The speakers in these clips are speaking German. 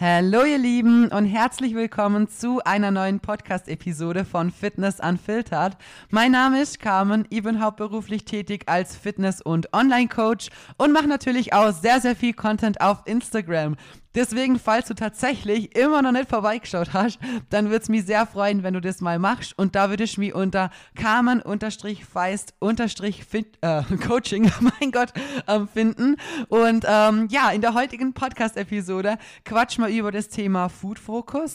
Hallo ihr Lieben und herzlich willkommen zu einer neuen Podcast-Episode von Fitness Unfiltered. Mein Name ist Carmen, ich bin hauptberuflich tätig als Fitness- und Online-Coach und mache natürlich auch sehr, sehr viel Content auf Instagram. Deswegen, falls du tatsächlich immer noch nicht vorbeigeschaut hast, dann würde es mich sehr freuen, wenn du das mal machst. Und da würde ich mich unter Carmen-Feist-Coaching, finden. Und in der heutigen Podcast-Episode quatschen wir über das Thema Food Focus.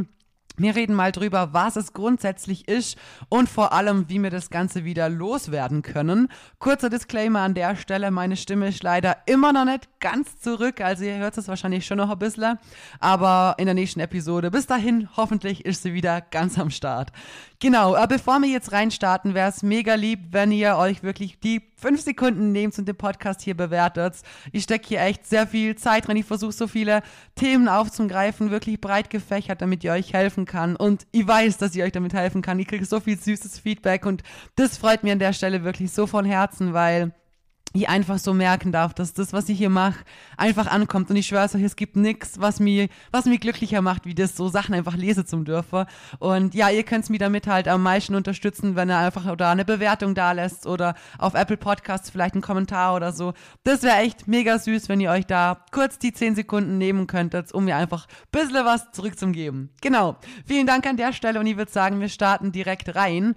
Wir reden mal drüber, was es grundsätzlich ist und vor allem, wie wir das Ganze wieder loswerden können. Kurzer Disclaimer an der Stelle, meine Stimme ist leider immer noch nicht ganz zurück, also ihr hört es wahrscheinlich schon noch ein bisschen, aber in der nächsten Episode, bis dahin, hoffentlich ist sie wieder ganz am Start. Genau, bevor wir jetzt reinstarten, wäre es mega lieb, wenn ihr euch wirklich die 5 Sekunden nehmt und den Podcast hier bewertet. Ich stecke hier echt sehr viel Zeit drin. Ich versuche so viele Themen aufzugreifen, wirklich breit gefächert, damit ihr euch helfen kann. Und ich weiß, dass ich euch damit helfen kann. Ich kriege so viel süßes Feedback und das freut mir an der Stelle wirklich so von Herzen, weil ich einfach so merken darf, dass das, was ich hier mache, einfach ankommt. Und ich schwöre euch, es gibt nichts, was mich glücklicher macht, wie das, so Sachen einfach lesen zum dürfen. Und ja, ihr könnt mich damit halt am meisten unterstützen, wenn ihr einfach oder eine Bewertung da lässt oder auf Apple Podcasts vielleicht einen Kommentar oder so. Das wäre echt mega süß, wenn ihr euch da kurz die 10 Sekunden nehmen könntet, um mir einfach ein bisschen was zurückzugeben. Genau. Vielen Dank an der Stelle und ich würde sagen, wir starten direkt rein.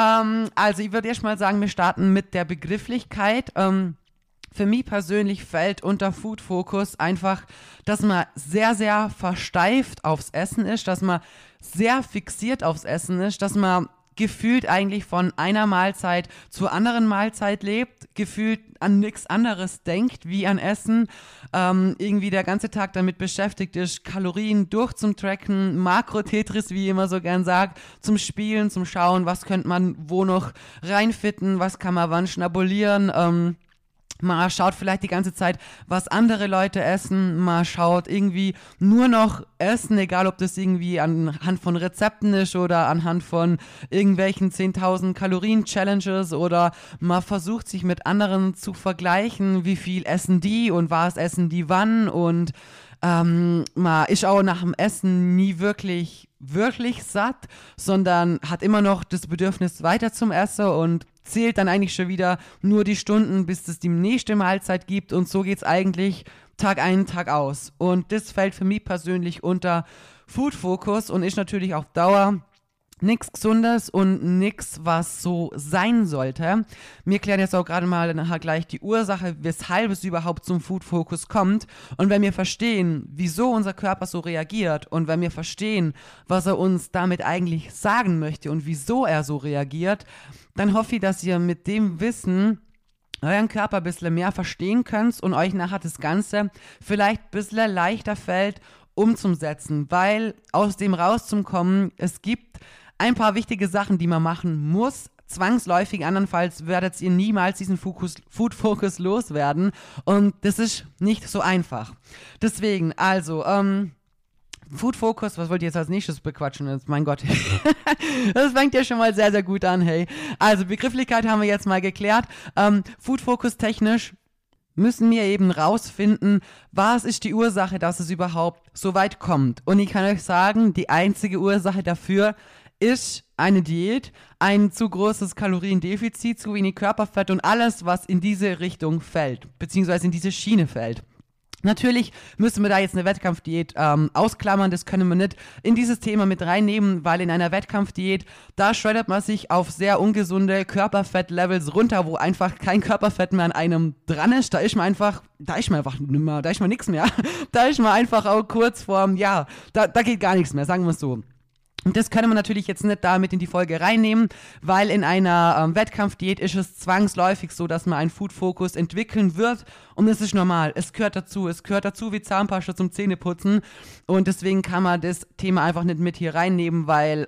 Also ich würde erst mal sagen, wir starten mit der Begrifflichkeit. Für mich persönlich fällt unter Food Focus einfach, dass man sehr, sehr versteift aufs Essen ist, dass man sehr fixiert aufs Essen ist, dass man gefühlt eigentlich von einer Mahlzeit zur anderen Mahlzeit lebt, gefühlt an nichts anderes denkt wie an Essen, irgendwie der ganze Tag damit beschäftigt ist, Kalorien durchzutracken, Makro-Tetris, wie ich immer so gern sagt, zum Spielen, zum Schauen, was könnte man wo noch reinfitten, was kann man wann schnabulieren, man schaut vielleicht die ganze Zeit, was andere Leute essen. Man schaut irgendwie nur noch Essen, egal ob das irgendwie anhand von Rezepten ist oder anhand von irgendwelchen 10.000 Kalorien-Challenges oder man versucht sich mit anderen zu vergleichen, wie viel essen die und was essen die wann und man ist auch nach dem Essen nie wirklich satt, sondern hat immer noch das Bedürfnis weiter zum Essen und zählt dann eigentlich schon wieder nur die Stunden, bis es die nächste Mahlzeit gibt und so geht's eigentlich Tag ein, Tag aus. Und das fällt für mich persönlich unter Food Focus und ist natürlich auf Dauer nichts Gesundes und nichts, was so sein sollte. Wir klären jetzt auch gerade mal nachher gleich die Ursache, weshalb es überhaupt zum Food Focus kommt. Und wenn wir verstehen, wieso unser Körper so reagiert und wenn wir verstehen, was er uns damit eigentlich sagen möchte und wieso er so reagiert, dann hoffe ich, dass ihr mit dem Wissen euren Körper ein bisschen mehr verstehen könnt und euch nachher das Ganze vielleicht ein bisschen leichter fällt, umzusetzen, weil aus dem rauszukommen, es gibt ein paar wichtige Sachen, die man machen muss, zwangsläufig, andernfalls werdet ihr niemals diesen Food Focus loswerden und das ist nicht so einfach. Deswegen, also, Food Focus, was wollt ihr jetzt als nächstes bequatschen? Jetzt, mein Gott, das fängt ja schon mal sehr, sehr gut an, hey. Also, Begrifflichkeit haben wir jetzt mal geklärt. Food Focus technisch müssen wir eben rausfinden, was ist die Ursache, dass es überhaupt so weit kommt. Und ich kann euch sagen, die einzige Ursache dafür ist eine Diät, ein zu großes Kaloriendefizit, zu wenig Körperfett und alles, was in diese Richtung fällt, beziehungsweise in diese Schiene fällt. Natürlich müssen wir da jetzt eine Wettkampfdiät ausklammern, das können wir nicht in dieses Thema mit reinnehmen, weil in einer Wettkampfdiät, da schreddert man sich auf sehr ungesunde Körperfettlevels runter, wo einfach kein Körperfett mehr an einem dran ist, da ist man nichts mehr, da ist man einfach auch kurz vorm, ja, da geht gar nichts mehr, sagen wir es so. Und das können wir natürlich jetzt nicht damit in die Folge reinnehmen, weil in einer Wettkampfdiät ist es zwangsläufig so, dass man einen Food-Fokus entwickeln wird und das ist normal. Es gehört dazu wie Zahnpasta zum Zähneputzen und deswegen kann man das Thema einfach nicht mit hier reinnehmen, weil,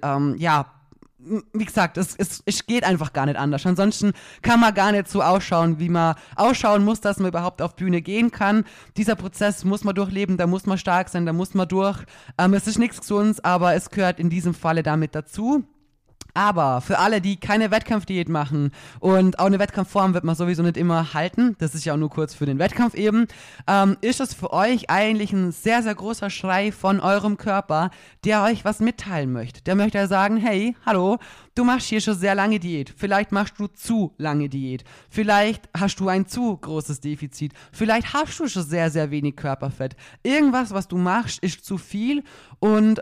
wie gesagt, es geht einfach gar nicht anders. Ansonsten kann man gar nicht so ausschauen, wie man ausschauen muss, dass man überhaupt auf Bühne gehen kann. Dieser Prozess muss man durchleben, da muss man stark sein, da muss man durch. Es ist nichts Gesundes, aber es gehört in diesem Falle damit dazu. Aber für alle, die keine Wettkampfdiät machen und auch eine Wettkampfform wird man sowieso nicht immer halten, das ist ja auch nur kurz für den Wettkampf eben, ist es für euch eigentlich ein sehr, sehr großer Schrei von eurem Körper, der euch was mitteilen möchte. Der möchte ja sagen, hey, hallo, du machst hier schon sehr lange Diät. Vielleicht machst du zu lange Diät. Vielleicht hast du ein zu großes Defizit. Vielleicht hast du schon sehr, sehr wenig Körperfett. Irgendwas, was du machst, ist zu viel und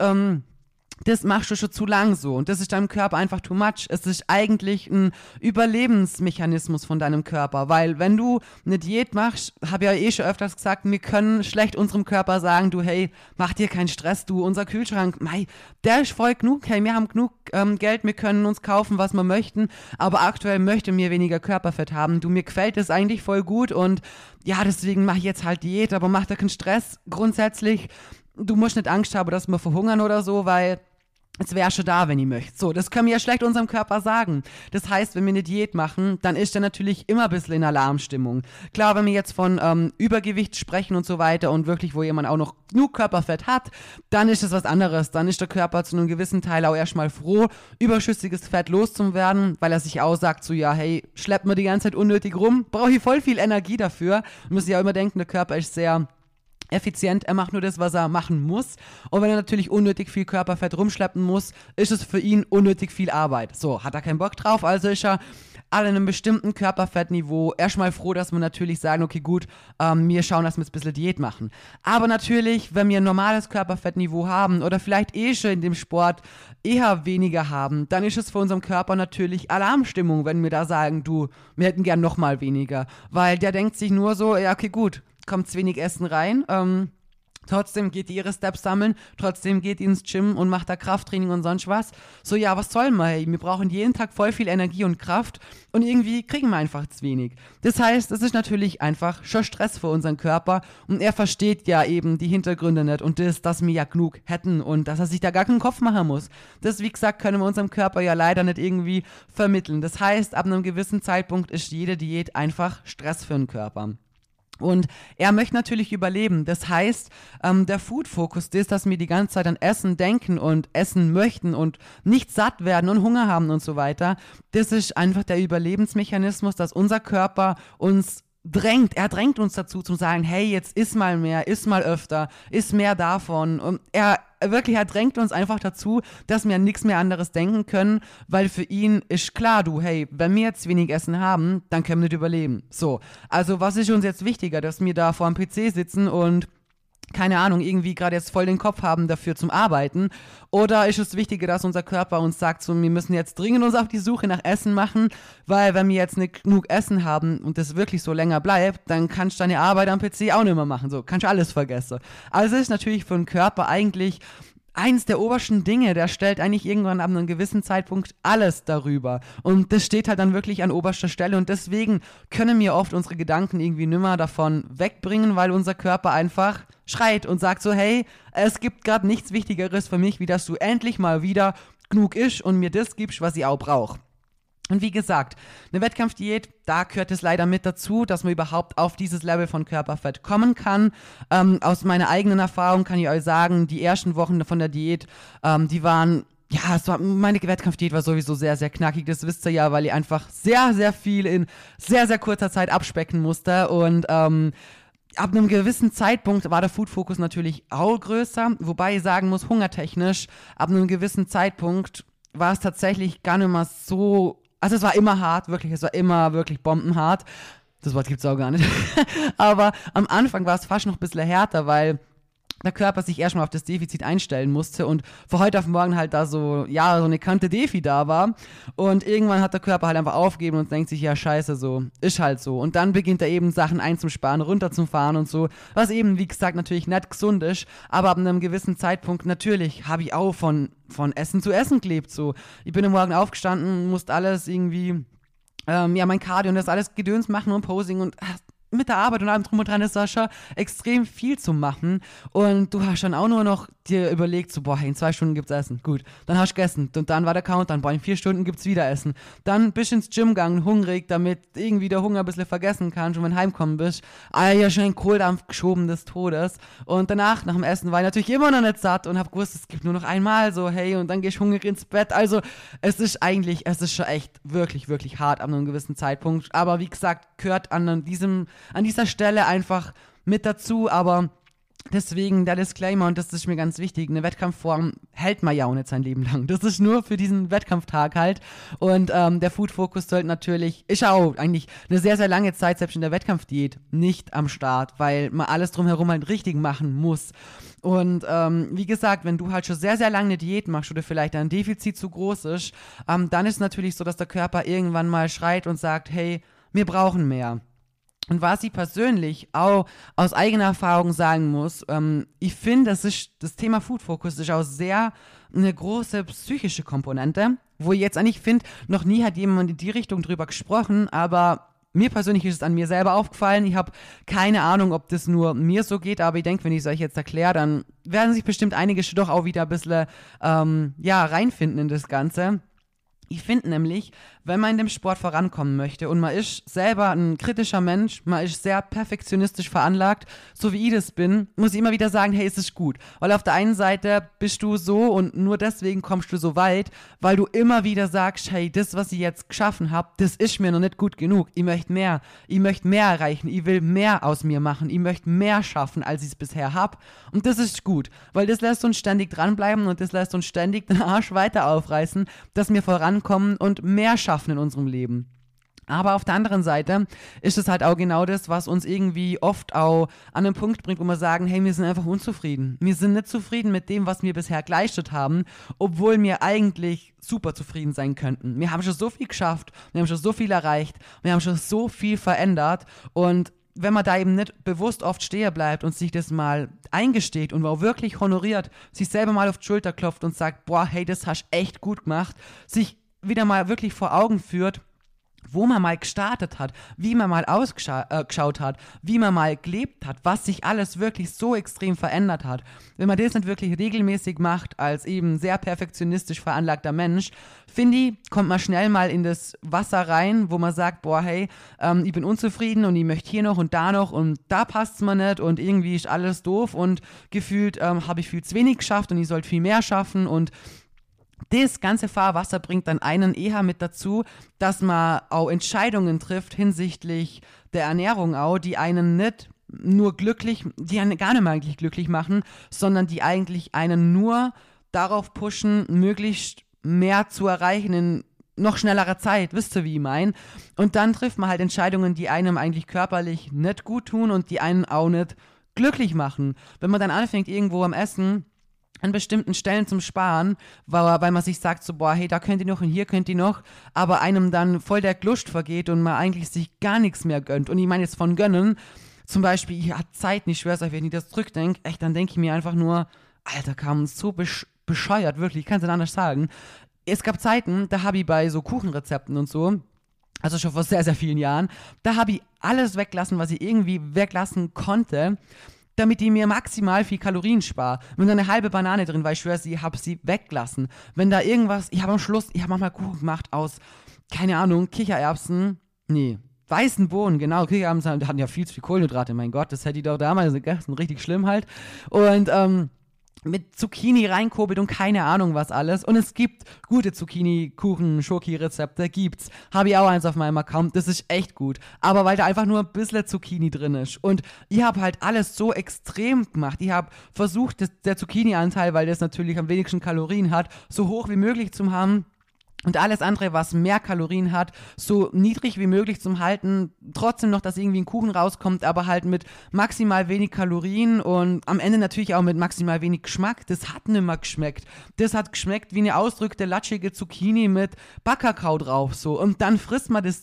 das machst du schon zu lang so und das ist deinem Körper einfach too much. Es ist eigentlich ein Überlebensmechanismus von deinem Körper, weil wenn du eine Diät machst, habe ich ja schon öfters gesagt, wir können schlecht unserem Körper sagen, du hey, mach dir keinen Stress, du, unser Kühlschrank, mei, der ist voll genug, hey, wir haben genug Geld, wir können uns kaufen, was wir möchten, aber aktuell möchte mir weniger Körperfett haben, du, mir gefällt es eigentlich voll gut und ja, deswegen mache ich jetzt halt Diät, aber mach dir keinen Stress grundsätzlich. Du musst nicht Angst haben, dass wir verhungern oder so, weil es wäre schon da, wenn ihr möchtet. So, das können wir ja schlecht unserem Körper sagen. Das heißt, wenn wir eine Diät machen, dann ist er natürlich immer ein bisschen in Alarmstimmung. Klar, wenn wir jetzt von Übergewicht sprechen und so weiter und wirklich, wo jemand auch noch genug Körperfett hat, dann ist das was anderes. Dann ist der Körper zu einem gewissen Teil auch erstmal froh, überschüssiges Fett loszuwerden, weil er sich auch sagt, so ja, hey, schleppt mir die ganze Zeit unnötig rum, brauche ich voll viel Energie dafür. Man muss ja auch immer denken, der Körper ist sehr effizient, er macht nur das, was er machen muss. Und wenn er natürlich unnötig viel Körperfett rumschleppen muss, ist es für ihn unnötig viel Arbeit. So, hat er keinen Bock drauf, also ist er an einem bestimmten Körperfettniveau erstmal froh, dass wir natürlich sagen, okay gut, wir schauen, dass wir jetzt ein bisschen Diät machen. Aber natürlich, wenn wir ein normales Körperfettniveau haben oder vielleicht schon in dem Sport eher weniger haben, dann ist es für unseren Körper natürlich Alarmstimmung, wenn wir da sagen, du, wir hätten gern nochmal weniger. Weil der denkt sich nur so, ja okay gut, kommt zu wenig Essen rein, trotzdem geht die ihre Steps sammeln, trotzdem geht die ins Gym und macht da Krafttraining und sonst was. So, ja, was soll man? Hey? Wir brauchen jeden Tag voll viel Energie und Kraft und irgendwie kriegen wir einfach zu wenig. Das heißt, es ist natürlich einfach schon Stress für unseren Körper und er versteht ja eben die Hintergründe nicht und das, dass wir ja genug hätten und dass er sich da gar keinen Kopf machen muss. Das, wie gesagt, können wir unserem Körper ja leider nicht irgendwie vermitteln. Das heißt, ab einem gewissen Zeitpunkt ist jede Diät einfach Stress für den Körper. Und er möchte natürlich überleben. Das heißt, der Food-Fokus ist, dass wir die ganze Zeit an Essen denken und essen möchten und nicht satt werden und Hunger haben und so weiter. Das ist einfach der Überlebensmechanismus, dass unser Körper uns drängt. Er drängt uns dazu zu sagen, hey, jetzt iss mal mehr, iss mal öfter, iss mehr davon. Und er drängt uns einfach dazu, dass wir an nichts mehr anderes denken können, weil für ihn ist klar, du, hey, wenn wir jetzt wenig Essen haben, dann können wir nicht überleben. So, also was ist uns jetzt wichtiger, dass wir da vor dem PC sitzen und keine Ahnung, irgendwie gerade jetzt voll den Kopf haben dafür zum Arbeiten? Oder ist es wichtiger, dass unser Körper uns sagt, so, wir müssen jetzt dringend uns auf die Suche nach Essen machen, weil wenn wir jetzt nicht genug Essen haben und das wirklich so länger bleibt, dann kannst du deine Arbeit am PC auch nicht mehr machen, so, kannst du alles vergessen. Also ist natürlich für den Körper eigentlich eins der obersten Dinge, der stellt eigentlich irgendwann ab einem gewissen Zeitpunkt alles darüber. Und das steht halt dann wirklich an oberster Stelle. Und deswegen können wir oft unsere Gedanken irgendwie nimmer davon wegbringen, weil unser Körper einfach schreit und sagt so, hey, es gibt gerade nichts Wichtigeres für mich, wie dass du endlich mal wieder genug isch und mir das gibst, was ich auch brauche. Und wie gesagt, eine Wettkampfdiät, da gehört es leider mit dazu, dass man überhaupt auf dieses Level von Körperfett kommen kann. Aus meiner eigenen Erfahrung kann ich euch sagen, die ersten Wochen von der Diät, die waren, ja, meine Wettkampfdiät war sowieso sehr, sehr knackig, das wisst ihr ja, weil ich einfach sehr, sehr viel in sehr, sehr kurzer Zeit abspecken musste und ab einem gewissen Zeitpunkt war der Food-Fokus natürlich auch größer, wobei ich sagen muss, hungertechnisch, ab einem gewissen Zeitpunkt war es tatsächlich gar nicht mehr so. Also es war immer hart, wirklich, es war immer wirklich bombenhart. Das Wort gibt es auch gar nicht. Aber am Anfang war es fast noch ein bisschen härter, weil der Körper sich erstmal auf das Defizit einstellen musste und von heute auf morgen halt da so, ja, so eine Kante Defi da war. Und irgendwann hat der Körper halt einfach aufgegeben und denkt sich, ja scheiße, so, ist halt so. Und dann beginnt er eben Sachen einzusparen, runterzufahren und so, was eben, wie gesagt, natürlich nicht gesund ist, aber ab einem gewissen Zeitpunkt natürlich habe ich auch von Essen zu Essen gelebt, so. Ich bin am Morgen aufgestanden, musste alles irgendwie, mein Cardio und das alles Gedöns machen und Posing und mit der Arbeit und allem drum und dran ist da schon extrem viel zu machen und du hast dann auch nur noch dir überlegt, so boah, hey, in 2 Stunden gibt's Essen, gut, dann hast du gegessen und dann war der Countdown, boah, in 4 Stunden gibt's wieder Essen, dann bist du ins Gym gegangen, hungrig, damit irgendwie der Hunger ein bisschen vergessen kannst und wenn du heimkommen bist, ja schon einen Kohldampf geschoben des Todes und danach, nach dem Essen, war ich natürlich immer noch nicht satt und hab gewusst, es gibt nur noch einmal so, hey, und dann geh ich hungrig ins Bett, also es ist schon echt wirklich, wirklich hart an einem gewissen Zeitpunkt, aber wie gesagt, gehört an dieser Stelle einfach mit dazu, aber deswegen der Disclaimer, und das ist mir ganz wichtig, eine Wettkampfform hält man ja auch nicht sein Leben lang. Das ist nur für diesen Wettkampftag halt. Und der Food-Fokus sollte natürlich, ist auch eigentlich eine sehr, sehr lange Zeit, selbst in der Wettkampfdiät, nicht am Start, weil man alles drumherum halt richtig machen muss. Und wie gesagt, wenn du halt schon sehr, sehr lange eine Diät machst oder vielleicht ein Defizit zu groß ist, dann ist es natürlich so, dass der Körper irgendwann mal schreit und sagt, hey, wir brauchen mehr. Und was ich persönlich auch aus eigener Erfahrung sagen muss, ich finde, das Thema Food Focus ist auch sehr eine große psychische Komponente, wo ich jetzt eigentlich finde, noch nie hat jemand in die Richtung drüber gesprochen, aber mir persönlich ist es an mir selber aufgefallen. Ich habe keine Ahnung, ob das nur mir so geht, aber ich denke, wenn ich es euch jetzt erkläre, dann werden sich bestimmt einige doch auch wieder ein bisschen reinfinden in das Ganze. Ich finde nämlich, wenn man in dem Sport vorankommen möchte und man ist selber ein kritischer Mensch, man ist sehr perfektionistisch veranlagt, so wie ich das bin, muss ich immer wieder sagen, hey, es ist gut. Weil auf der einen Seite bist du so und nur deswegen kommst du so weit, weil du immer wieder sagst, hey, das, was ich jetzt geschaffen habe, das ist mir noch nicht gut genug. Ich möchte mehr erreichen, ich will mehr aus mir machen, ich möchte mehr schaffen, als ich es bisher habe. Und das ist gut, weil das lässt uns ständig dranbleiben und das lässt uns ständig den Arsch weiter aufreißen, dass wir vorankommen und mehr schaffen in unserem Leben. Aber auf der anderen Seite ist es halt auch genau das, was uns irgendwie oft auch an einen Punkt bringt, wo wir sagen, hey, wir sind einfach unzufrieden. Wir sind nicht zufrieden mit dem, was wir bisher geleistet haben, obwohl wir eigentlich super zufrieden sein könnten. Wir haben schon so viel geschafft, wir haben schon so viel erreicht, wir haben schon so viel verändert und wenn man da eben nicht bewusst oft stehen bleibt und sich das mal eingesteht und auch wirklich honoriert, sich selber mal auf die Schulter klopft und sagt, boah, hey, das hast echt gut gemacht, sich wieder mal wirklich vor Augen führt, wo man mal gestartet hat, wie man mal ausgeschaut hat, wie man mal gelebt hat, was sich alles wirklich so extrem verändert hat. Wenn man das nicht wirklich regelmäßig macht, als eben sehr perfektionistisch veranlagter Mensch, finde ich, kommt man schnell mal in das Wasser rein, wo man sagt, boah, hey, ich bin unzufrieden und ich möchte hier noch und da passt es mir nicht und irgendwie ist alles doof und gefühlt habe ich viel zu wenig geschafft und ich sollte viel mehr schaffen und das ganze Fahrwasser bringt dann einen eher mit dazu, dass man auch Entscheidungen trifft hinsichtlich der Ernährung auch, die einen nicht nur glücklich, die einen gar nicht mehr eigentlich glücklich machen, sondern die eigentlich einen nur darauf pushen, möglichst mehr zu erreichen in noch schnellerer Zeit, wisst ihr, wie ich meine? Und dann trifft man halt Entscheidungen, die einem eigentlich körperlich nicht gut tun und die einen auch nicht glücklich machen. Wenn man dann anfängt, irgendwo am Essen an bestimmten Stellen zum Sparen, weil man sich sagt so, boah, hey, da könnt ihr noch und hier könnt ihr noch, aber einem dann voll der Lust vergeht und man eigentlich sich gar nichts mehr gönnt. Und ich meine jetzt von gönnen, zum Beispiel, ich hatte Zeiten, ich schwör's euch, wenn ich das zurückdenke, echt, dann denke ich mir einfach nur, Alter, kam so bescheuert, wirklich, ich kann es nicht anders sagen. Es gab Zeiten, da habe ich bei so Kuchenrezepten und so, also schon vor sehr, sehr vielen Jahren, da habe ich alles weglassen, was ich irgendwie weglassen konnte, damit ich mir maximal viel Kalorien spare. Wenn da eine halbe Banane drin war, ich schwöre, ich habe sie weggelassen. Wenn da irgendwas, ich habe am Schluss, ich habe manchmal Kuchen gemacht aus, keine Ahnung, Kichererbsen, weißen Bohnen, genau, Kichererbsen hatten ja viel zu viel Kohlenhydrate, mein Gott, das hätte ich doch damals gegessen, richtig schlimm halt. Und, mit Zucchini reinkurbelt und keine Ahnung was alles. Und es gibt gute Zucchini-Kuchen-Schoki-Rezepte, gibt's. Habe ich auch eins auf meinem Account, das ist echt gut. Aber weil da einfach nur ein bisschen Zucchini drin ist. Und ich habe halt alles so extrem gemacht. Ich habe versucht, der Zucchini-Anteil, weil das natürlich am wenigsten Kalorien hat, so hoch wie möglich zu haben. Und alles andere, was mehr Kalorien hat, so niedrig wie möglich zum Halten. Trotzdem noch, dass irgendwie ein Kuchen rauskommt, aber halt mit maximal wenig Kalorien und am Ende natürlich auch mit maximal wenig Geschmack. Das hat nimmer geschmeckt. Das hat geschmeckt wie eine ausdrückte, latschige Zucchini mit Backkakao drauf, so. Und dann frisst man das Zeug,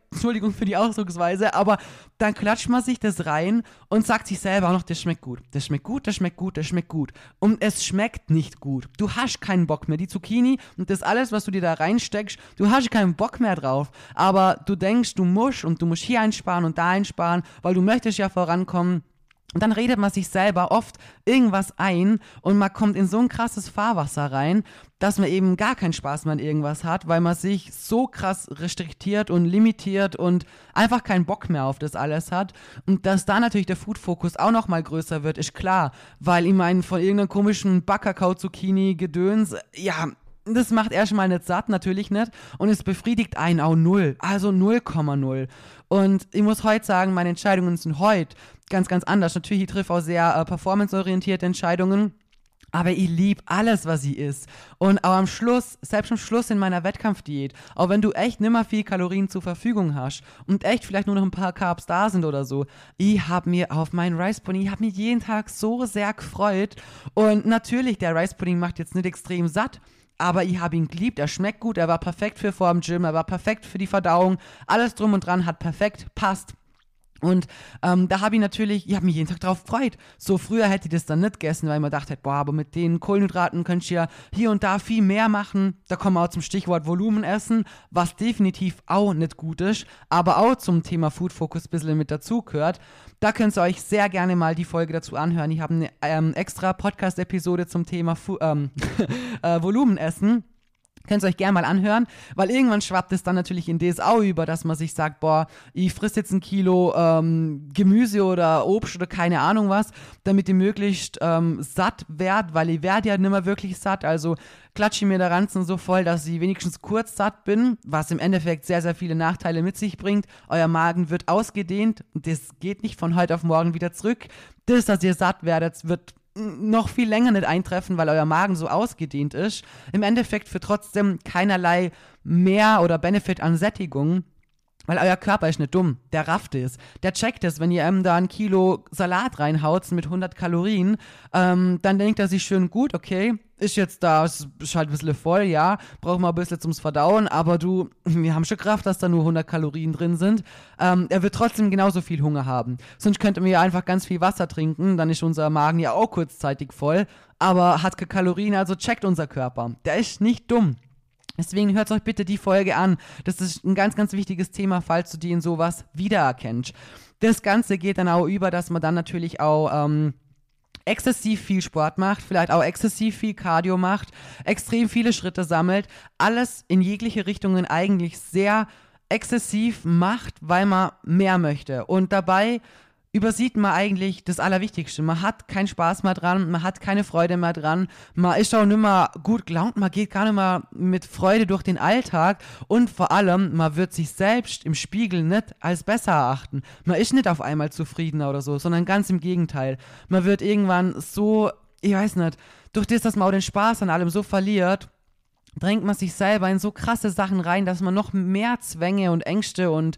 Entschuldigung für die Ausdrucksweise, aber dann klatscht man sich das rein und sagt sich selber auch noch, das schmeckt gut, das schmeckt gut, das schmeckt gut, das schmeckt gut. Und es schmeckt nicht gut. Du hast keinen Bock mehr. Die Zucchini und das alles, was du dir da reinsteckst, du hast keinen Bock mehr drauf. Aber du denkst, du musst hier einsparen und da einsparen, weil du möchtest ja vorankommen. Und dann redet man sich selber oft irgendwas ein und man kommt in so ein krasses Fahrwasser rein, dass man eben gar keinen Spaß mehr an irgendwas hat, weil man sich so krass restriktiert und limitiert und einfach keinen Bock mehr auf das alles hat. Und dass da natürlich der Food-Fokus auch nochmal größer wird, ist klar, weil ich meine, von irgendeinem komischen Backerkau-Zucchini-Gedöns, ja, das macht erstmal nicht satt, natürlich nicht. Und es befriedigt einen auch null. Also 0,0. Und ich muss heute sagen, meine Entscheidungen sind heute ganz, ganz anders. Natürlich, ich treffe auch sehr performanceorientierte Entscheidungen. Aber ich liebe alles, was sie ist. Und auch am Schluss, selbst am Schluss in meiner Wettkampfdiät, auch wenn du echt nimmer viel Kalorien zur Verfügung hast und echt vielleicht nur noch ein paar Carbs da sind oder so, ich habe mir auf meinen Rice Pudding, ich habe mich jeden Tag so sehr gefreut. Und natürlich, der Rice Pudding macht jetzt nicht extrem satt, aber ich habe ihn geliebt, er schmeckt gut, er war perfekt für vor dem Gym, er war perfekt für die Verdauung, alles drum und dran hat perfekt, passt. Und da habe ich habe mich jeden Tag drauf gefreut. So früher hätte ich das dann nicht gegessen, weil man dachte, boah, aber mit den Kohlenhydraten könntest du ja hier und da viel mehr machen. Da kommen wir auch zum Stichwort Volumen essen, was definitiv auch nicht gut ist, aber auch zum Thema Food Focus ein bisschen mit dazu gehört. Da könnt ihr euch sehr gerne mal die Folge dazu anhören. Ich habe eine extra Podcast-Episode zum Thema Volumen essen. Könnt ihr euch gerne mal anhören, weil irgendwann schwappt es dann natürlich in DSA über, dass man sich sagt, boah, ich friss jetzt 1 Kilo Gemüse oder Obst oder keine Ahnung was, damit ich möglichst satt werde, weil ich werde ja nicht mehr wirklich satt, also klatsche ich mir der Ranzen so voll, dass ich wenigstens kurz satt bin, was im Endeffekt sehr, sehr viele Nachteile mit sich bringt. Euer Magen wird ausgedehnt und das geht nicht von heute auf morgen wieder zurück. Das, dass ihr satt werdet, wird noch viel länger nicht eintreffen, weil euer Magen so ausgedehnt ist. Im Endeffekt für trotzdem keinerlei Mehr oder Benefit an Sättigung, weil euer Körper ist nicht dumm, der rafft es. Der checkt es, wenn ihr da 1 Kilo Salat reinhaut mit 100 Kalorien, dann denkt er sich schön, gut, okay, ist jetzt da, ist halt ein bisschen voll, ja, braucht mal ein bisschen zum Verdauen, aber wir haben schon Kraft, dass da nur 100 Kalorien drin sind. Er wird trotzdem genauso viel Hunger haben. Sonst könnten wir ja einfach ganz viel Wasser trinken, dann ist unser Magen ja auch kurzzeitig voll, aber hat keine Kalorien, also checkt unser Körper. Der ist nicht dumm. Deswegen hört euch bitte die Folge an. Das ist ein ganz, ganz wichtiges Thema, falls du die in sowas wiedererkennst. Das Ganze geht dann auch über, dass man dann natürlich auch exzessiv viel Sport macht, vielleicht auch exzessiv viel Cardio macht, extrem viele Schritte sammelt, alles in jegliche Richtungen eigentlich sehr exzessiv macht, weil man mehr möchte. Und dabei übersieht man eigentlich das Allerwichtigste. Man hat keinen Spaß mehr dran, man hat keine Freude mehr dran, man ist auch nicht mehr gut gelaunt, man geht gar nicht mehr mit Freude durch den Alltag und vor allem, man wird sich selbst im Spiegel nicht als besser erachten. Man ist nicht auf einmal zufriedener oder so, sondern ganz im Gegenteil. Man wird irgendwann so, ich weiß nicht, durch das, dass man auch den Spaß an allem so verliert, drängt man sich selber in so krasse Sachen rein, dass man noch mehr Zwänge und Ängste und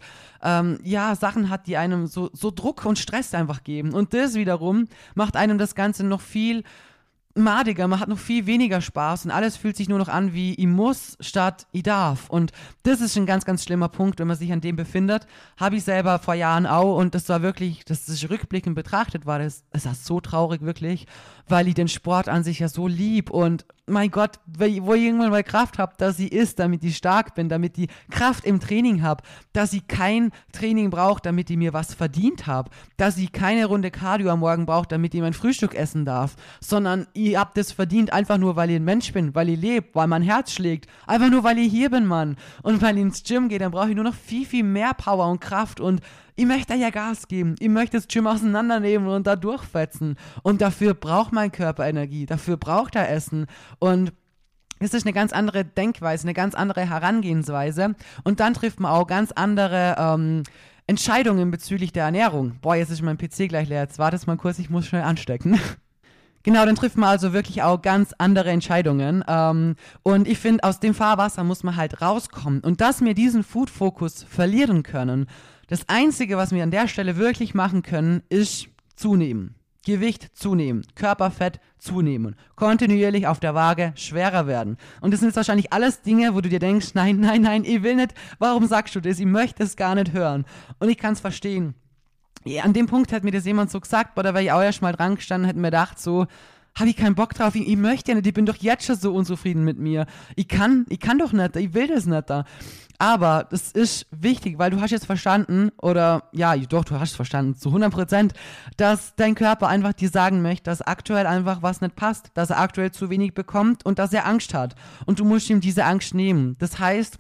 Sachen hat, die einem so Druck und Stress einfach geben. Und das wiederum macht einem das Ganze noch viel madiger, man hat noch viel weniger Spaß und alles fühlt sich nur noch an wie ich muss statt ich darf. Und das ist ein ganz, ganz schlimmer Punkt, wenn man sich an dem befindet. Habe ich selber vor Jahren auch und das war wirklich, dass das rückblickend betrachtet war, das war so traurig wirklich, weil ich den Sport an sich ja so lieb und mein Gott, wo ich irgendwann mal Kraft habe, dass ich isst, damit ich stark bin, damit ich Kraft im Training habe, dass ich kein Training brauche, damit ich mir was verdient habe, dass ich keine Runde Cardio am Morgen brauche, damit ich mein Frühstück essen darf, sondern ich habe das verdient einfach nur, weil ich ein Mensch bin, weil ich lebe, weil mein Herz schlägt, einfach nur, weil ich hier bin, Mann. Und wenn ich ins Gym gehe, dann brauche ich nur noch viel, viel mehr Power und Kraft und ich möchte da ja Gas geben. Ich möchte das Gym auseinandernehmen und da durchfetzen. Und dafür braucht mein Körper Energie. Dafür braucht er Essen. Und es ist eine ganz andere Denkweise, eine ganz andere Herangehensweise. Und dann trifft man auch ganz andere Entscheidungen bezüglich der Ernährung. Boah, jetzt ist mein PC gleich leer. Jetzt wartet mal kurz, ich muss schnell anstecken. Genau, dann trifft man also wirklich auch ganz andere Entscheidungen. Und ich finde, aus dem Fahrwasser muss man halt rauskommen. Und dass wir diesen Food-Fokus verlieren können, das Einzige, was wir an der Stelle wirklich machen können, ist zunehmen. Gewicht zunehmen, Körperfett zunehmen, kontinuierlich auf der Waage schwerer werden. Und das sind jetzt wahrscheinlich alles Dinge, wo du dir denkst, nein, ich will nicht, warum sagst du das? Ich möchte es gar nicht hören. Und ich kann es verstehen. Ja, an dem Punkt hat mir das jemand so gesagt, da wäre ich auch erst mal dran gestanden, hätte mir gedacht, so, habe ich keinen Bock drauf, ich möchte ja nicht, ich bin doch jetzt schon so unzufrieden mit mir. Ich kann doch nicht, ich will das nicht da. Aber das ist wichtig, weil du hast jetzt verstanden, oder ja, doch, du hast verstanden, zu 100%, dass dein Körper einfach dir sagen möchte, dass aktuell einfach was nicht passt, dass er aktuell zu wenig bekommt und dass er Angst hat. Und du musst ihm diese Angst nehmen. Das heißt,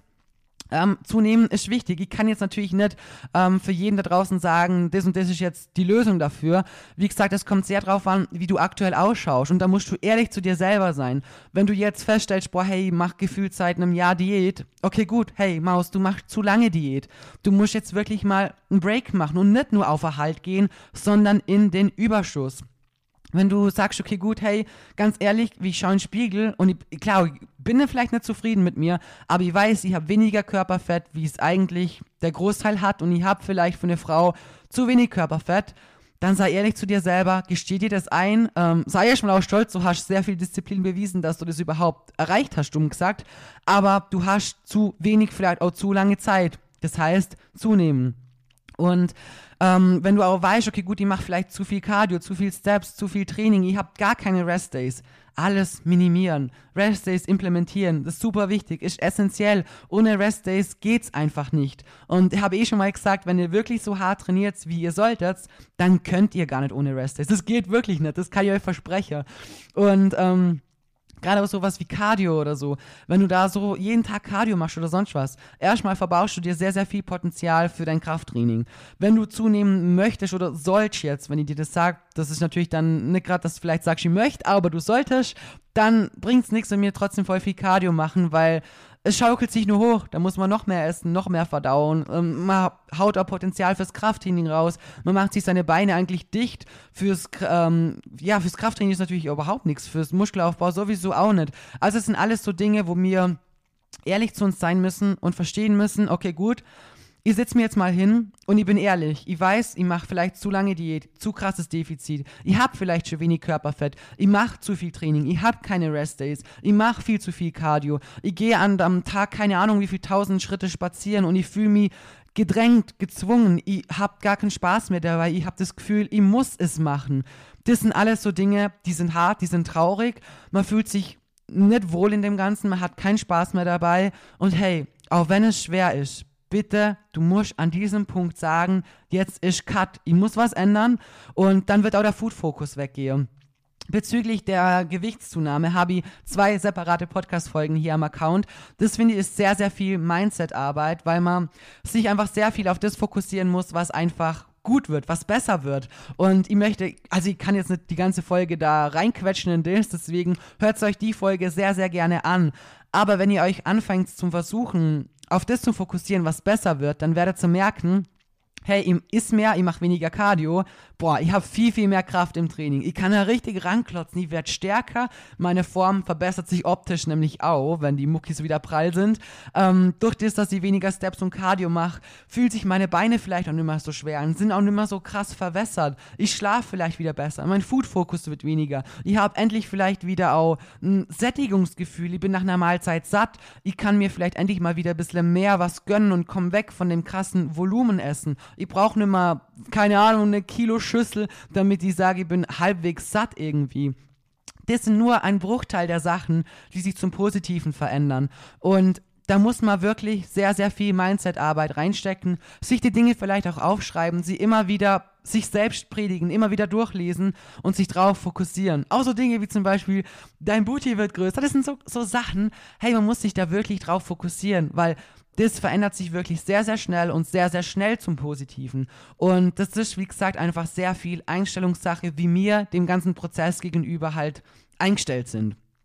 zunehmen ist wichtig. Ich kann jetzt natürlich nicht für jeden da draußen sagen, das und das ist jetzt die Lösung dafür. Wie gesagt, es kommt sehr drauf an, wie du aktuell ausschaust. Und da musst du ehrlich zu dir selber sein. Wenn du jetzt feststellst, boah, hey, mach gefühlt seit einem Jahr Diät. Okay, gut, hey, Maus, du machst zu lange Diät. Du musst jetzt wirklich mal einen Break machen und nicht nur auf Erhalt gehen, sondern in den Überschuss. Wenn du sagst, okay, gut, hey, ganz ehrlich, ich schaue in den Spiegel und klar, ich bin vielleicht nicht zufrieden mit mir, aber ich weiß, ich habe weniger Körperfett, wie es eigentlich der Großteil hat und ich habe vielleicht für eine Frau zu wenig Körperfett, dann sei ehrlich zu dir selber, gesteh dir das ein, sei erstmal auch stolz, du hast sehr viel Disziplin bewiesen, dass du das überhaupt erreicht hast, dumm gesagt, aber du hast zu wenig, vielleicht auch zu lange Zeit, das heißt, zunehmen. Und wenn du auch weißt, okay, gut, ich mache vielleicht zu viel Cardio, zu viel Steps, zu viel Training, ich habe gar keine Rest-Days, alles minimieren, Rest-Days implementieren, das ist super wichtig, ist essentiell. Ohne Rest-Days geht's einfach nicht. Und ich habe schon mal gesagt, wenn ihr wirklich so hart trainiert, wie ihr solltet, dann könnt ihr gar nicht ohne Rest-Days. Das geht wirklich nicht, das kann ich euch versprechen. Und gerade auch sowas wie Cardio oder so, wenn du da so jeden Tag Cardio machst oder sonst was, erstmal verbaust du dir sehr, sehr viel Potenzial für dein Krafttraining. Wenn du zunehmen möchtest oder sollst jetzt, wenn ich dir das sage, das ist natürlich dann nicht gerade, dass du vielleicht sagst, ich möchte, aber du solltest, dann bringt es nichts, wenn wir trotzdem voll viel Cardio machen, weil es schaukelt sich nur hoch, da muss man noch mehr essen, noch mehr verdauen, man haut auch Potenzial fürs Krafttraining raus, man macht sich seine Beine eigentlich dicht, fürs Krafttraining ist natürlich überhaupt nichts, fürs Muskelaufbau sowieso auch nicht. Also es sind alles so Dinge, wo wir ehrlich zu uns sein müssen und verstehen müssen, okay, gut, ich setze mir jetzt mal hin und ich bin ehrlich. Ich weiß, ich mache vielleicht zu lange Diät, zu krasses Defizit. Ich habe vielleicht schon wenig Körperfett. Ich mache zu viel Training. Ich habe keine Rest-Days. Ich mache viel zu viel Cardio. Ich gehe am Tag keine Ahnung wie viel 1000 Schritte spazieren und ich fühle mich gedrängt, gezwungen. Ich habe gar keinen Spaß mehr dabei. Ich habe das Gefühl, ich muss es machen. Das sind alles so Dinge, die sind hart, die sind traurig. Man fühlt sich nicht wohl in dem Ganzen. Man hat keinen Spaß mehr dabei. Und hey, auch wenn es schwer ist, bitte, du musst an diesem Punkt sagen, jetzt ist Cut, ich muss was ändern und dann wird auch der Food-Fokus weggehen. Bezüglich der Gewichtszunahme habe ich 2 separate Podcast-Folgen hier am Account. Das finde ich ist sehr, sehr viel Mindset-Arbeit, weil man sich einfach sehr viel auf das fokussieren muss, was einfach gut wird, was besser wird. Und ich kann jetzt nicht die ganze Folge da reinquetschen in das, deswegen hört euch die Folge sehr, sehr gerne an. Aber wenn ihr euch anfängt zum Versuchen, auf das zu fokussieren, was besser wird, dann werdet ihr merken, hey, ich iss mehr, ich mache weniger Cardio, ich habe viel, viel mehr Kraft im Training. Ich kann da richtig ranklotzen, ich werde stärker, meine Form verbessert sich optisch nämlich auch, wenn die Muckis wieder prall sind. Durch das, dass ich weniger Steps und Cardio mache, fühlt sich meine Beine vielleicht auch nicht mehr so schwer an, sind auch nicht mehr so krass verwässert. Ich schlafe vielleicht wieder besser, mein Food-Fokus wird weniger. Ich habe endlich vielleicht wieder auch ein Sättigungsgefühl, ich bin nach einer Mahlzeit satt, ich kann mir vielleicht endlich mal wieder ein bisschen mehr was gönnen und komme weg von dem krassen Volumenessen. Ich brauche nicht mal, keine Ahnung, eine Kilo Schüssel, damit ich sage, ich bin halbwegs satt irgendwie. Das sind nur ein Bruchteil der Sachen, die sich zum Positiven verändern. Und da muss man wirklich sehr, sehr viel Mindset-Arbeit reinstecken, sich die Dinge vielleicht auch aufschreiben, sie immer wieder sich selbst predigen, immer wieder durchlesen und sich drauf fokussieren. Auch so Dinge wie zum Beispiel, dein Booty wird größer, das sind so Sachen, hey, man muss sich da wirklich drauf fokussieren, weil das verändert sich wirklich sehr, sehr schnell und sehr, sehr schnell zum Positiven. Und das ist, wie gesagt, einfach sehr viel Einstellungssache, wie wir dem ganzen Prozess gegenüber halt eingestellt sind.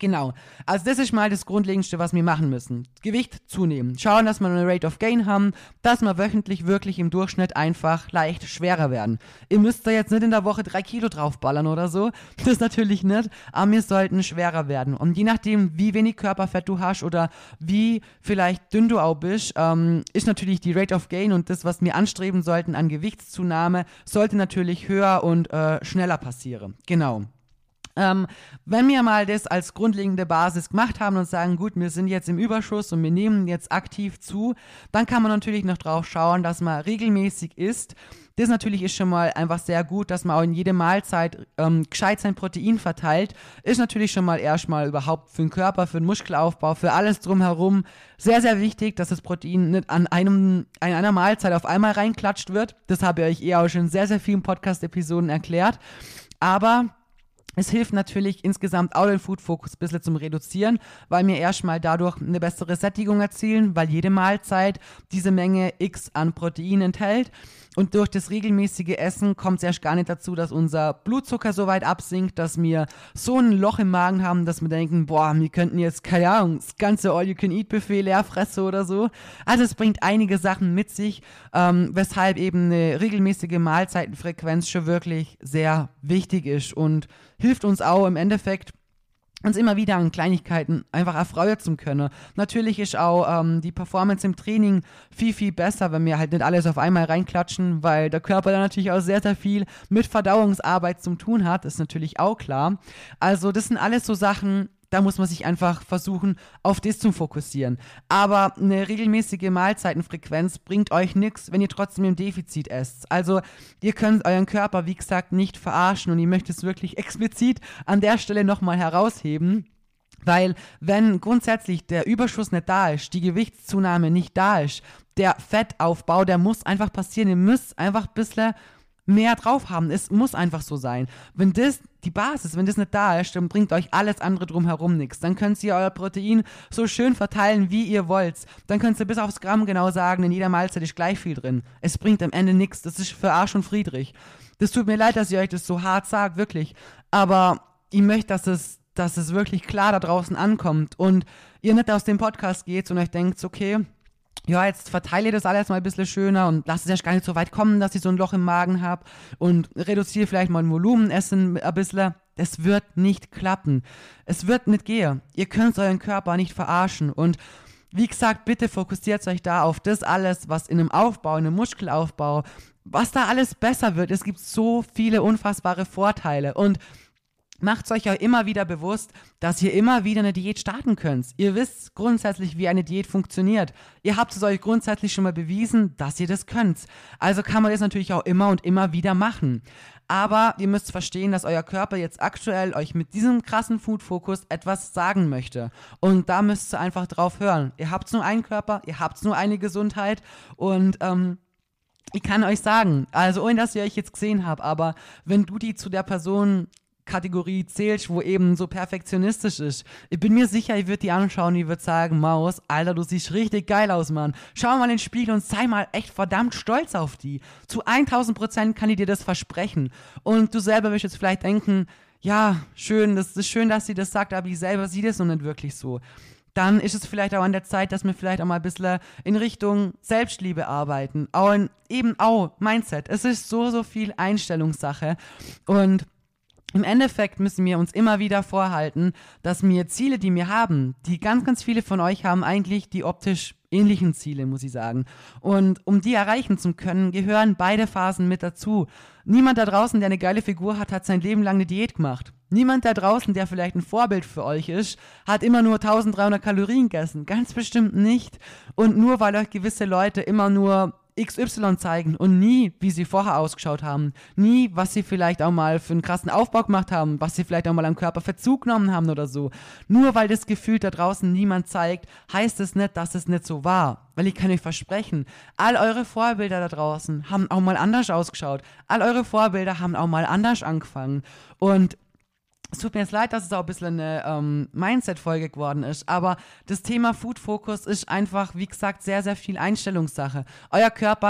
Genau. Also das ist mal das Grundlegendste, was wir machen müssen. Gewicht zunehmen. Schauen, dass wir eine Rate of Gain haben, dass wir wöchentlich wirklich im Durchschnitt einfach leicht schwerer werden. Ihr müsst da jetzt nicht in der Woche 3 Kilo draufballern oder so. Das natürlich nicht. Aber wir sollten schwerer werden. Und je nachdem, wie wenig Körperfett du hast oder wie vielleicht dünn du auch bist, ist natürlich die Rate of Gain und das, was wir anstreben sollten an Gewichtszunahme, sollte natürlich höher und schneller passieren. Genau. Wenn wir mal das als grundlegende Basis gemacht haben und sagen, gut, wir sind jetzt im Überschuss und wir nehmen jetzt aktiv zu, dann kann man natürlich noch drauf schauen, dass man regelmäßig isst. Das natürlich ist schon mal einfach sehr gut, dass man auch in jede Mahlzeit gescheit sein Protein verteilt. Ist natürlich schon mal erstmal überhaupt für den Körper, für den Muskelaufbau, für alles drumherum sehr, sehr wichtig, dass das Protein nicht an einer Mahlzeit auf einmal reinklatscht wird. Das habe ich euch auch schon in sehr, sehr vielen Podcast-Episoden erklärt. Aber es hilft natürlich insgesamt auch den Food-Fokus ein bisschen zum Reduzieren, weil wir erstmal dadurch eine bessere Sättigung erzielen, weil jede Mahlzeit diese Menge X an Protein enthält. Und durch das regelmäßige Essen kommt es erst gar nicht dazu, dass unser Blutzucker so weit absinkt, dass wir so ein Loch im Magen haben, dass wir denken, boah, wir könnten jetzt, keine Ahnung, das ganze All-You-Can-Eat-Buffet leer fressen oder so. Also es bringt einige Sachen mit sich, weshalb eben eine regelmäßige Mahlzeitenfrequenz schon wirklich sehr wichtig ist und hilft uns auch im Endeffekt, uns immer wieder an Kleinigkeiten einfach erfreuen zu können. Natürlich ist auch die Performance im Training viel, viel besser, wenn wir halt nicht alles auf einmal reinklatschen, weil der Körper dann natürlich auch sehr, sehr viel mit Verdauungsarbeit zu tun hat, ist natürlich auch klar. Also das sind alles so Sachen, da muss man sich einfach versuchen, auf das zu fokussieren. Aber eine regelmäßige Mahlzeitenfrequenz bringt euch nichts, wenn ihr trotzdem im Defizit esst. Also ihr könnt euren Körper, wie gesagt, nicht verarschen und ich möchte es wirklich explizit an der Stelle nochmal herausheben. Weil wenn grundsätzlich der Überschuss nicht da ist, die Gewichtszunahme nicht da ist, der Fettaufbau, der muss einfach passieren. Ihr müsst einfach ein bisschen mehr drauf haben. Es muss einfach so sein. Wenn das die Basis, wenn das nicht da ist, dann bringt euch alles andere drumherum nichts. Dann könnt ihr euer Protein so schön verteilen, wie ihr wollt. Dann könnt ihr bis aufs Gramm genau sagen, in jeder Mahlzeit ist gleich viel drin. Es bringt am Ende nichts. Das ist für Arsch und Friedrich. Das tut mir leid, dass ich euch das so hart sage, wirklich. Aber ich möchte, dass es wirklich klar da draußen ankommt und ihr nicht aus dem Podcast geht und euch denkt, okay, ja, jetzt verteile das alles mal ein bisschen schöner und lasse es erst gar nicht so weit kommen, dass ich so ein Loch im Magen habe und reduziere vielleicht mal ein Volumenessen ein bisschen. Das wird nicht klappen. Es wird nicht gehen. Ihr könnt euren Körper nicht verarschen und wie gesagt, bitte fokussiert euch da auf das alles, was in einem Aufbau, in einem Muskelaufbau, was da alles besser wird. Es gibt so viele unfassbare Vorteile und macht euch auch immer wieder bewusst, dass ihr immer wieder eine Diät starten könnt. Ihr wisst grundsätzlich, wie eine Diät funktioniert. Ihr habt es euch grundsätzlich schon mal bewiesen, dass ihr das könnt. Also kann man das natürlich auch immer und immer wieder machen. Aber ihr müsst verstehen, dass euer Körper jetzt aktuell euch mit diesem krassen Food-Fokus etwas sagen möchte. Und da müsst ihr einfach drauf hören. Ihr habt nur einen Körper, ihr habt nur eine Gesundheit und ich kann euch sagen, also ohne dass ihr euch jetzt gesehen habt, aber wenn du die zu der Person Kategorie zählst, wo eben so perfektionistisch ist. Ich bin mir sicher, ich würde die anschauen und ich würde sagen, Maus, Alter, du siehst richtig geil aus, Mann. Schau mal in den Spiegel und sei mal echt verdammt stolz auf die. Zu 1000% kann ich dir das versprechen. Und du selber wirst jetzt vielleicht denken, ja, schön, das ist schön, dass sie das sagt, aber ich selber sehe das noch nicht wirklich so. Dann ist es vielleicht auch an der Zeit, dass wir vielleicht auch mal ein bisschen in Richtung Selbstliebe arbeiten. Eben auch Mindset. Es ist so viel Einstellungssache und im Endeffekt müssen wir uns immer wieder vorhalten, dass wir Ziele, die wir haben, die ganz, ganz viele von euch haben, eigentlich die optisch ähnlichen Ziele, muss ich sagen. Und um die erreichen zu können, gehören beide Phasen mit dazu. Niemand da draußen, der eine geile Figur hat, hat sein Leben lang eine Diät gemacht. Niemand da draußen, der vielleicht ein Vorbild für euch ist, hat immer nur 1300 Kalorien gegessen. Ganz bestimmt nicht. Und nur weil euch gewisse Leute immer nur XY zeigen und nie, wie sie vorher ausgeschaut haben, nie, was sie vielleicht auch mal für einen krassen Aufbau gemacht haben, was sie vielleicht auch mal am Körperfett genommen haben oder so. Nur weil das Gefühl da draußen niemand zeigt, heißt es nicht, dass es nicht so war. Weil ich kann euch versprechen, all eure Vorbilder da draußen haben auch mal anders ausgeschaut. All eure Vorbilder haben auch mal anders angefangen. Und es tut mir jetzt leid, dass es auch ein bisschen eine Mindset-Folge geworden ist, aber das Thema Food-Focus ist einfach, wie gesagt, sehr, sehr viel Einstellungssache. Euer Körper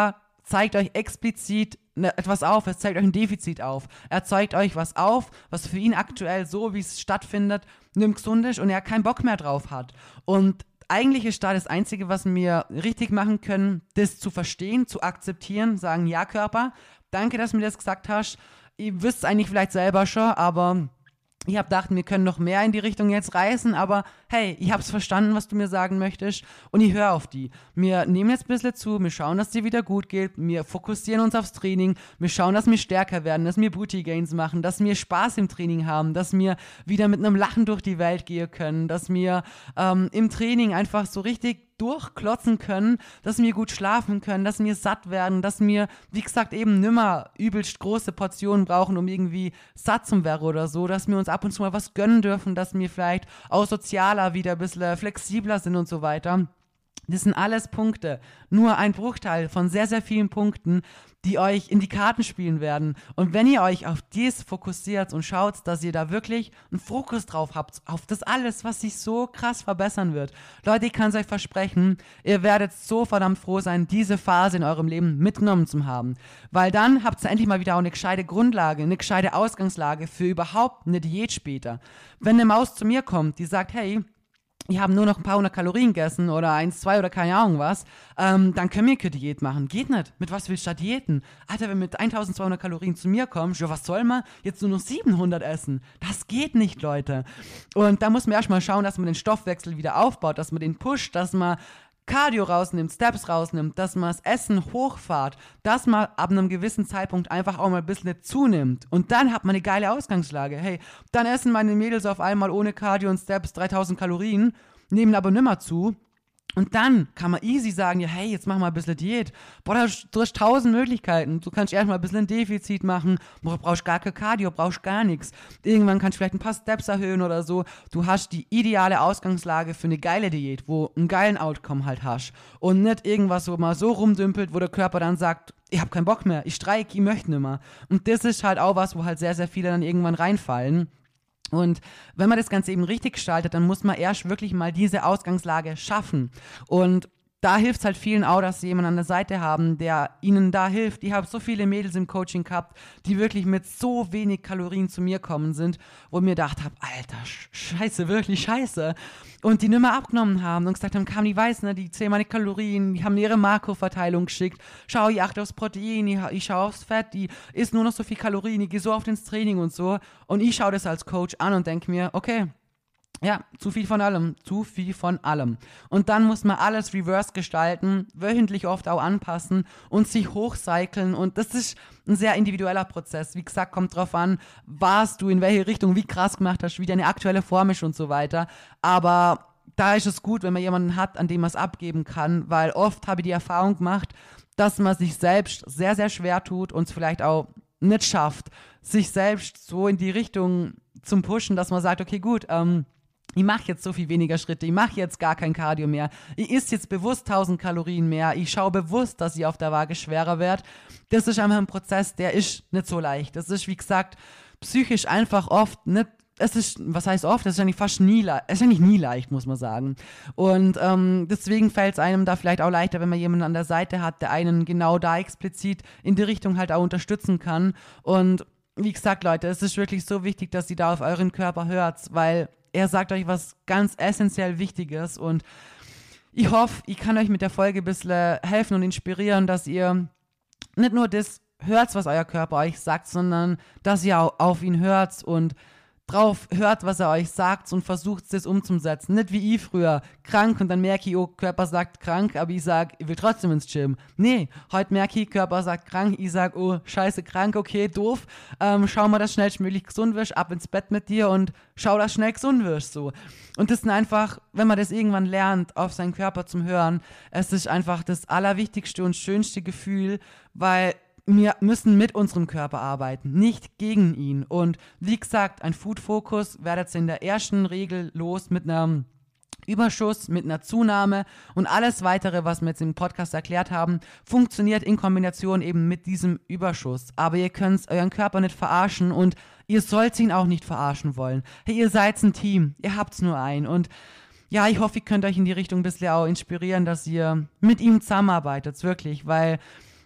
zeigt euch explizit etwas auf, es zeigt euch ein Defizit auf. Er zeigt euch was auf, was für ihn aktuell so, wie es stattfindet, nicht gesund ist und er keinen Bock mehr drauf hat. Und eigentlich ist da das Einzige, was wir richtig machen können, das zu verstehen, zu akzeptieren, sagen, ja Körper, danke, dass du mir das gesagt hast. Ihr wisst es eigentlich vielleicht selber schon, aber ich habe gedacht, wir können noch mehr in die Richtung jetzt reißen, aber hey, ich habe es verstanden, was du mir sagen möchtest und ich höre auf die. Wir nehmen jetzt ein bisschen zu, wir schauen, dass es dir wieder gut geht, wir fokussieren uns aufs Training, wir schauen, dass wir stärker werden, dass wir Booty Gains machen, dass wir Spaß im Training haben, dass wir wieder mit einem Lachen durch die Welt gehen können, dass wir im Training einfach so richtig durchklotzen können, dass wir gut schlafen können, dass wir satt werden, dass wir, wie gesagt, eben nimmer übelst große Portionen brauchen, um irgendwie satt zu werden oder so, dass wir uns ab und zu mal was gönnen dürfen, dass wir vielleicht auch sozialer wieder ein bisschen flexibler sind und so weiter. Das sind alles Punkte, nur ein Bruchteil von sehr, sehr vielen Punkten, die euch in die Karten spielen werden. Und wenn ihr euch auf dies fokussiert und schaut, dass ihr da wirklich einen Fokus drauf habt, auf das alles, was sich so krass verbessern wird. Leute, ich kann es euch versprechen, ihr werdet so verdammt froh sein, diese Phase in eurem Leben mitgenommen zu haben. Weil dann habt ihr endlich mal wieder auch eine gescheite Grundlage, eine gescheite Ausgangslage für überhaupt eine Diät später. Wenn eine Maus zu mir kommt, die sagt, hey, ich habe nur noch ein paar hundert Kalorien gegessen oder 1, 2 oder keine Ahnung was, dann können wir keine Diät machen. Geht nicht. Mit was willst du da diäten? Alter, wenn du mit 1200 Kalorien zu mir kommst, ja, was soll man jetzt nur noch 700 essen? Das geht nicht, Leute. Und da muss man erstmal schauen, dass man den Stoffwechsel wieder aufbaut, dass man den pusht, dass man Cardio rausnimmt, Steps rausnimmt, dass man das Essen hochfahrt, dass man ab einem gewissen Zeitpunkt einfach auch mal ein bisschen zunimmt. Und dann hat man eine geile Ausgangslage. Hey, dann essen meine Mädels auf einmal ohne Cardio und Steps 3000 Kalorien, nehmen aber nimmer zu. Und dann kann man easy sagen, ja, hey, jetzt mach mal ein bisschen Diät. Boah, du hast 1000 Möglichkeiten. Du kannst erstmal ein bisschen ein Defizit machen. Du brauchst gar kein Cardio, brauchst gar nichts. Irgendwann kannst du vielleicht ein paar Steps erhöhen oder so. Du hast die ideale Ausgangslage für eine geile Diät, wo einen geilen Outcome halt hast. Und nicht irgendwas, wo man so rumdümpelt, wo der Körper dann sagt, ich hab keinen Bock mehr, ich streike, ich möchte nicht mehr. Und das ist halt auch was, wo halt sehr, sehr viele dann irgendwann reinfallen. Und wenn man das Ganze eben richtig gestaltet, dann muss man erst wirklich mal diese Ausgangslage schaffen. Und da hilft es halt vielen auch, dass sie jemanden an der Seite haben, der ihnen da hilft. Ich habe so viele Mädels im Coaching gehabt, die wirklich mit so wenig Kalorien zu mir kommen sind, wo ich mir gedacht habe, Alter, scheiße, wirklich scheiße. Und die nicht mehr abgenommen haben und gesagt haben, Kam, ich weiß, ne, die zählen meine Kalorien, die haben mir ihre Makroverteilung geschickt. Schau, ich achte aufs Protein, ich schaue aufs Fett, ich isst nur noch so viel Kalorien, ich gehe so oft ins Training und so. Und ich schaue das als Coach an und denke mir, okay, ja, zu viel von allem, zu viel von allem. Und dann muss man alles reverse gestalten, wöchentlich oft auch anpassen und sich hochcyclen. Und das ist ein sehr individueller Prozess. Wie gesagt, kommt drauf an, was du in welche Richtung, wie krass gemacht hast, wie deine aktuelle Form ist und so weiter. Aber da ist es gut, wenn man jemanden hat, an dem man es abgeben kann, weil oft habe ich die Erfahrung gemacht, dass man sich selbst sehr, sehr schwer tut und es vielleicht auch nicht schafft, sich selbst so in die Richtung zum Pushen, dass man sagt, okay, gut, ich mache jetzt so viel weniger Schritte, ich mache jetzt gar kein Cardio mehr, ich esse jetzt bewusst 1000 Kalorien mehr, ich schaue bewusst, dass ich auf der Waage schwerer werde. Das ist einfach ein Prozess, der ist nicht so leicht. Das ist, wie gesagt, psychisch einfach oft nicht, es ist, was heißt oft, es ist eigentlich fast nie, es ist eigentlich nie leicht, muss man sagen. Und deswegen fällt es einem da vielleicht auch leichter, wenn man jemanden an der Seite hat, der einen genau da explizit in die Richtung halt auch unterstützen kann. Und wie gesagt, Leute, es ist wirklich so wichtig, dass ihr da auf euren Körper hört, weil er sagt euch was ganz essentiell Wichtiges und ich hoffe, ich kann euch mit der Folge ein bisschen helfen und inspirieren, dass ihr nicht nur das hört, was euer Körper euch sagt, sondern dass ihr auch auf ihn hört und drauf hört, was er euch sagt und versucht es umzusetzen. Nicht wie ich früher, krank und dann merke ich, oh, Körper sagt krank, aber ich sage, ich will trotzdem ins Gym. Nee, heute merke ich, Körper sagt krank, ich sage, oh, scheiße, krank, okay, doof. Schau mal, dass du schnellstmöglich gesund wirst, ab ins Bett mit dir und schau, dass du schnell gesund wirst. So. Und das sind einfach, wenn man das irgendwann lernt, auf seinen Körper zum Hören, es ist einfach das allerwichtigste und schönste Gefühl, weil wir müssen mit unserem Körper arbeiten, nicht gegen ihn. Und wie gesagt, ein Food-Fokus werdet ihr in der ersten Regel los mit einem Überschuss, mit einer Zunahme und alles weitere, was wir jetzt im Podcast erklärt haben, funktioniert in Kombination eben mit diesem Überschuss. Aber ihr könnt euren Körper nicht verarschen und ihr sollt ihn auch nicht verarschen wollen. Hey, ihr seid ein Team, ihr habt's nur ein und ja, ich hoffe, ihr könnt euch in die Richtung ein bisschen auch inspirieren, dass ihr mit ihm zusammenarbeitet, wirklich, weil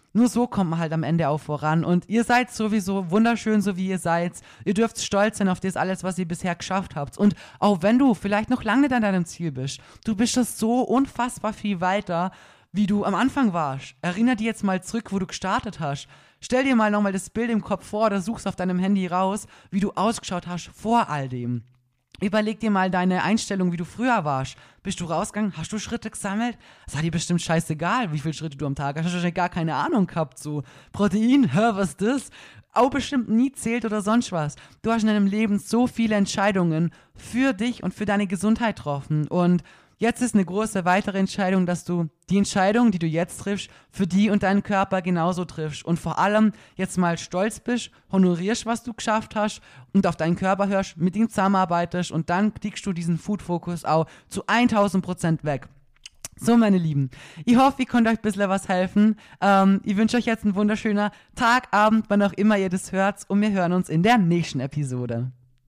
Nur so kommt man halt am Ende auch voran. Und ihr seid sowieso wunderschön, so wie ihr seid. Ihr dürft stolz sein auf das alles, was ihr bisher geschafft habt. Und auch wenn du vielleicht noch lange nicht an deinem Ziel bist, du bist das so unfassbar viel weiter, wie du am Anfang warst. Erinner dich jetzt mal zurück, wo du gestartet hast. Stell dir mal nochmal das Bild im Kopf vor oder suchst auf deinem Handy raus, wie du ausgeschaut hast vor all dem. Überleg dir mal deine Einstellung, wie du früher warst. Bist du rausgegangen? Hast du Schritte gesammelt? Das war dir bestimmt scheißegal, wie viele Schritte du am Tag hast. Hast du wahrscheinlich gar keine Ahnung gehabt. So, Protein, was ist das? Auch bestimmt nie zählt oder sonst was. Du hast in deinem Leben so viele Entscheidungen für dich und für deine Gesundheit getroffen. Und jetzt ist eine große weitere Entscheidung, dass du die Entscheidung, die du jetzt triffst, für die und deinen Körper genauso triffst. Und vor allem jetzt mal stolz bist, honorierst, was du geschafft hast und auf deinen Körper hörst, mit ihm zusammenarbeitest und dann kriegst du diesen Food-Fokus auch zu 1000% weg. So, meine Lieben, ich hoffe, ich konnte euch ein bisschen was helfen. Ich wünsche euch jetzt einen wunderschönen Tag, Abend, wann auch immer ihr das hört und wir hören uns in der nächsten Episode.